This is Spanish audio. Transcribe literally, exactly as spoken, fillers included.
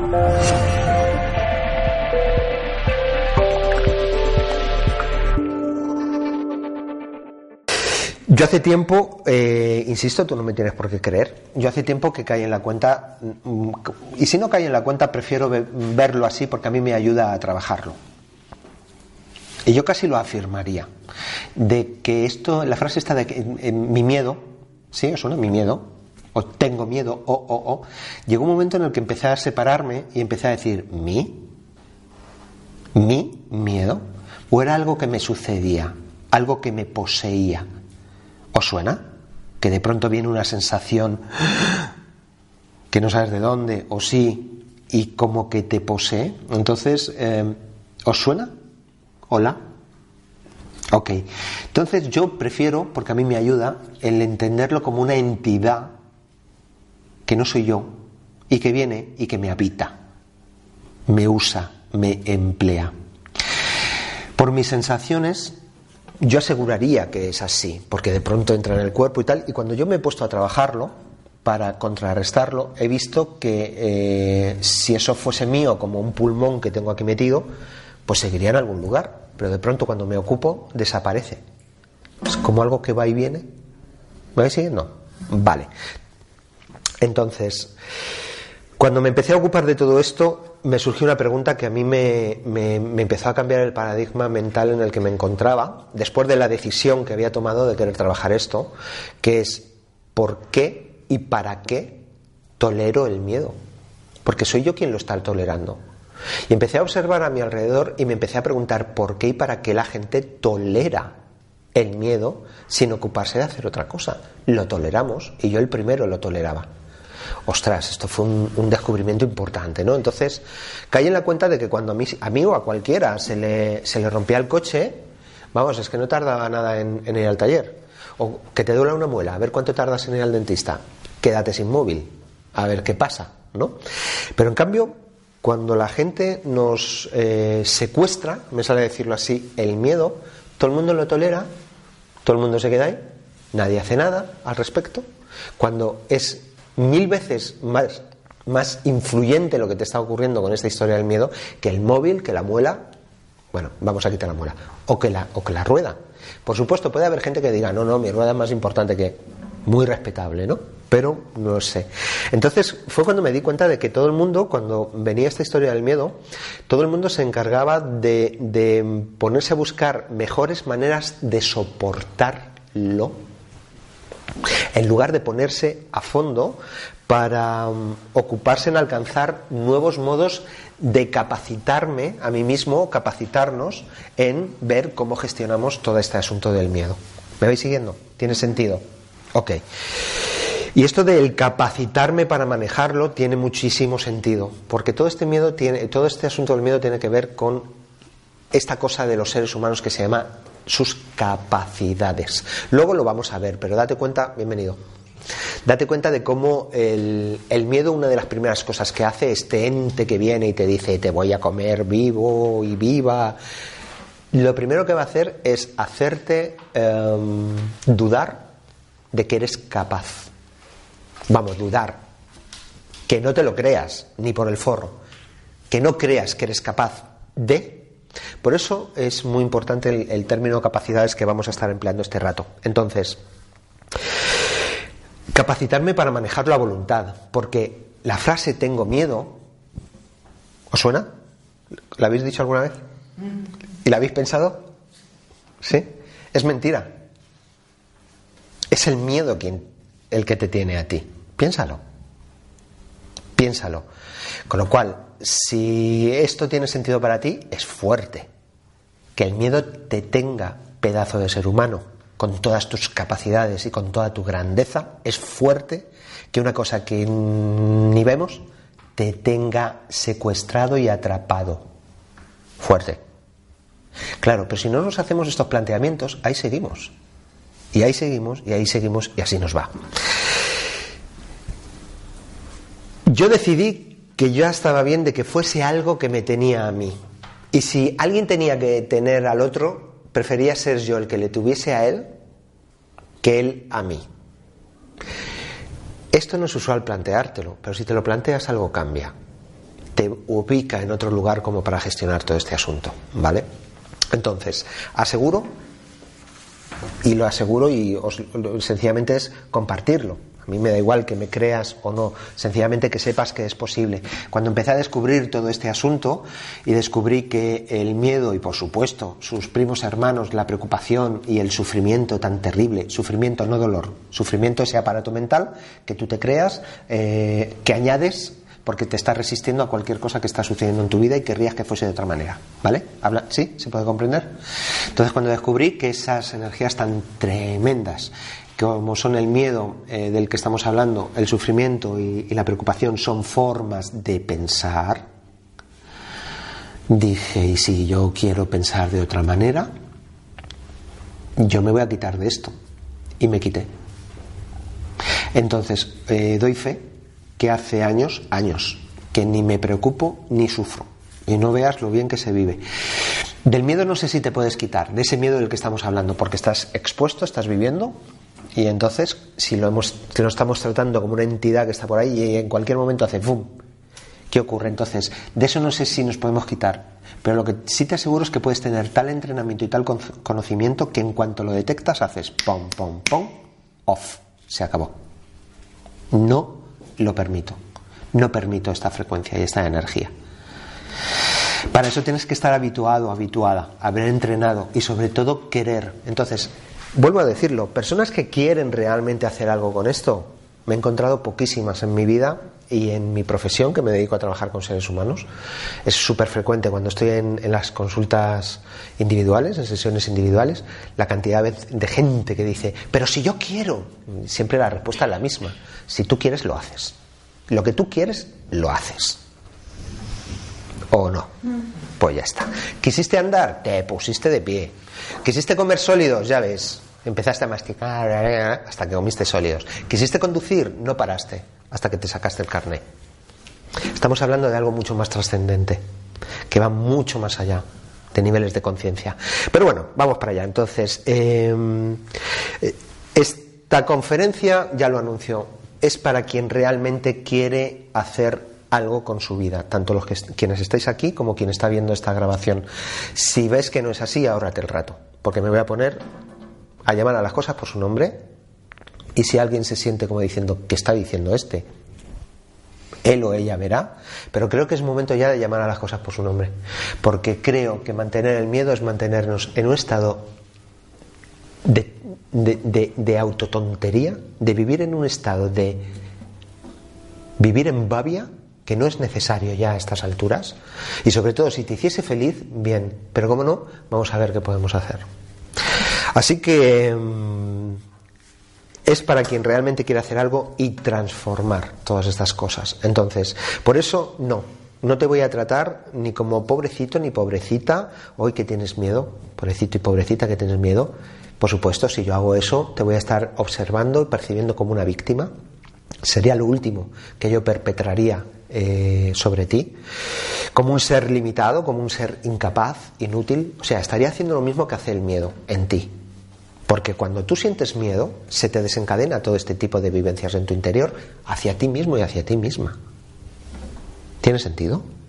Yo hace tiempo, eh, insisto, tú no me tienes por qué creer, yo hace tiempo que caí en la cuenta, y si no caí en la cuenta prefiero ve, verlo así porque a mí me ayuda a trabajarlo. Y yo casi lo afirmaría, de que esto, la frase esta de que eh, mi miedo, ¿sí? ¿Os suena? Mi miedo, o tengo miedo, o, o, o, llegó un momento en el que empecé a separarme y empecé a decir, ¿mi? ¿Mi miedo? ¿O era algo que me sucedía? Algo que me poseía. ¿Os suena? Que de pronto viene una sensación que no sabes de dónde, o sí, y como que te posee. Entonces, eh, ¿os suena? ¿Hola? Ok. Entonces yo prefiero, porque a mí me ayuda, el entenderlo como una entidad que no soy yo, y que viene y que me habita, me usa, me emplea. Por mis sensaciones, yo aseguraría que es así, porque de pronto entra en el cuerpo y tal, y cuando yo me he puesto a trabajarlo para contrarrestarlo, he visto que eh, si eso fuese mío como un pulmón que tengo aquí metido, pues seguiría en algún lugar, pero de pronto cuando me ocupo desaparece. Es como algo que va y viene. ¿Me vais siguiendo? Vale. Entonces, cuando me empecé a ocupar de todo esto, me surgió una pregunta que a mí me, me, me empezó a cambiar el paradigma mental en el que me encontraba, después de la decisión que había tomado de querer trabajar esto, que es ¿por qué y para qué tolero el miedo? Porque soy yo quien lo está tolerando. Y empecé a observar a mi alrededor y me empecé a preguntar ¿por qué y para qué la gente tolera el miedo sin ocuparse de hacer otra cosa? Lo toleramos, y yo el primero lo toleraba. Ostras, esto fue un, un descubrimiento importante, ¿no? Entonces caí en la cuenta de que cuando a mí, a mí o a cualquiera se le, se le rompía el coche, vamos, es que no tardaba nada en, en ir al taller. O que te duele una muela, a ver cuánto tardas en ir al dentista. Quédate sin móvil, a ver qué pasa, ¿no? Pero en cambio, cuando la gente nos eh, secuestra, me sale decirlo así, el miedo, todo el mundo lo tolera, todo el mundo se queda ahí, nadie hace nada al respecto. Cuando es mil veces más, más influyente lo que te está ocurriendo con esta historia del miedo que el móvil, que la muela, bueno, vamos a quitar la muela, o que la, o que la rueda. Por supuesto, puede haber gente que diga, no, no, mi rueda es más importante que... Muy respetable, ¿no? Pero no lo sé. Entonces fue cuando me di cuenta de que todo el mundo, cuando venía esta historia del miedo, todo el mundo se encargaba de, de ponerse a buscar mejores maneras de soportarlo, en lugar de ponerse a fondo para um, ocuparse en alcanzar nuevos modos de capacitarme a mí mismo, capacitarnos en ver cómo gestionamos todo este asunto del miedo. ¿Me vais siguiendo? ¿Tiene sentido? Ok. Y esto del capacitarme para manejarlo tiene muchísimo sentido, porque todo este miedo tiene, todo este asunto del miedo tiene que ver con esta cosa de los seres humanos que se llama sus capacidades. Luego lo vamos a ver, pero date cuenta, bienvenido, date cuenta de cómo el, el miedo, una de las primeras cosas que hace, este ente que viene y te dice te voy a comer vivo y viva, lo primero que va a hacer es hacerte eh, dudar de que eres capaz. Vamos, dudar, que no te lo creas ni por el forro, que no creas que eres capaz de. Por eso es muy importante el, el término capacidades que vamos a estar empleando este rato. Entonces, capacitarme para manejar la voluntad, porque la frase tengo miedo, ¿os suena? ¿La habéis dicho alguna vez? ¿Y la habéis pensado? ¿Sí? Es mentira. Es el miedo quien, el que te tiene a ti. Piénsalo. Piénsalo. Con lo cual, si esto tiene sentido para ti, es fuerte. Que el miedo te tenga, pedazo de ser humano, con todas tus capacidades y con toda tu grandeza, es fuerte que una cosa que ni vemos te tenga secuestrado y atrapado. Fuerte. Claro, pero si no nos hacemos estos planteamientos, ahí seguimos. Y ahí seguimos, y ahí seguimos, y así nos va. Yo decidí que ya estaba bien de que fuese algo que me tenía a mí. Y si alguien tenía que tener al otro, prefería ser yo el que le tuviese a él que él a mí. Esto no es usual planteártelo, pero si te lo planteas algo cambia. te ubica en otro lugar como para gestionar todo este asunto, ¿vale? Entonces, aseguro, y lo aseguro y os, sencillamente es compartirlo. A mí me da igual que me creas o no, sencillamente que sepas que es posible. Cuando empecé a descubrir todo este asunto y descubrí que el miedo y, por supuesto, sus primos hermanos, la preocupación y el sufrimiento tan terrible, sufrimiento no dolor, sufrimiento ese aparato mental que tú te creas, eh, que añades porque te estás resistiendo a cualquier cosa que está sucediendo en tu vida y querrías que fuese de otra manera, ¿vale? ¿Habla? ¿Sí? ¿Se puede comprender? Entonces, cuando descubrí que esas energías tan tremendas como son el miedo eh, del que estamos hablando, el sufrimiento y, y la preocupación son formas de pensar, dije, y si yo quiero pensar de otra manera, yo me voy a quitar de esto. Y me quité. Entonces, eh, doy fe que hace años, años, que ni me preocupo ni sufro. Y no veas lo bien que se vive. Del miedo no sé si te puedes quitar, de ese miedo del que estamos hablando, porque estás expuesto, estás viviendo. Y entonces, si lo, hemos, si lo estamos tratando como una entidad que está por ahí y en cualquier momento hace ¡bum! ¿Qué ocurre? Entonces, de eso no sé si nos podemos quitar. Pero lo que sí te aseguro es que puedes tener tal entrenamiento y tal conocimiento que en cuanto lo detectas haces pom, pom, pom, off. Se acabó. No lo permito. No permito esta frecuencia y esta energía. Para eso tienes que estar habituado, habituada, haber entrenado y sobre todo querer. Entonces, vuelvo a decirlo, personas que quieren realmente hacer algo con esto, me he encontrado poquísimas en mi vida y en mi profesión, que me dedico a trabajar con seres humanos. Es súper frecuente cuando estoy en, en las consultas individuales, en sesiones individuales, la cantidad de gente que dice, pero si yo quiero, siempre la respuesta es la misma, si tú quieres lo haces, lo que tú quieres lo haces, o no, pues ya está. ¿Quisiste andar? Te pusiste de pie. ¿Quisiste comer sólidos? Ya ves, empezaste a masticar hasta que comiste sólidos. ¿Quisiste conducir? No paraste hasta que te sacaste el carné. Estamos hablando de algo mucho más trascendente, que va mucho más allá de niveles de conciencia. Pero bueno, vamos para allá. Entonces, eh, esta conferencia, ya lo anunció, es para quien realmente quiere hacer algo con su vida, tanto los que quienes estáis aquí como quien está viendo esta grabación. Si ves que no es así, ahórrate el rato, porque me voy a poner a llamar a las cosas por su nombre, y si alguien se siente como diciendo, ¿qué está diciendo este?, él o ella verá, pero creo que es momento ya de llamar a las cosas por su nombre, porque creo que mantener el miedo es mantenernos en un estado de, de, de, de autotontería, de vivir en un estado de vivir en babia, que no es necesario ya a estas alturas, y sobre todo si te hiciese feliz, bien, pero como no, vamos a ver qué podemos hacer. Así que mmm, es para quien realmente quiere hacer algo y transformar todas estas cosas. Entonces, por eso no, no te voy a tratar ni como pobrecito ni pobrecita, hoy que tienes miedo, pobrecito y pobrecita que tienes miedo. Por supuesto, si yo hago eso, te voy a estar observando y percibiendo como una víctima. Sería lo último que yo perpetraría eh, sobre ti, como un ser limitado, como un ser incapaz, inútil. O sea, estaría haciendo lo mismo que hace el miedo en ti, porque cuando tú sientes miedo se te desencadena todo este tipo de vivencias en tu interior hacia ti mismo y hacia ti misma. ¿Tiene sentido?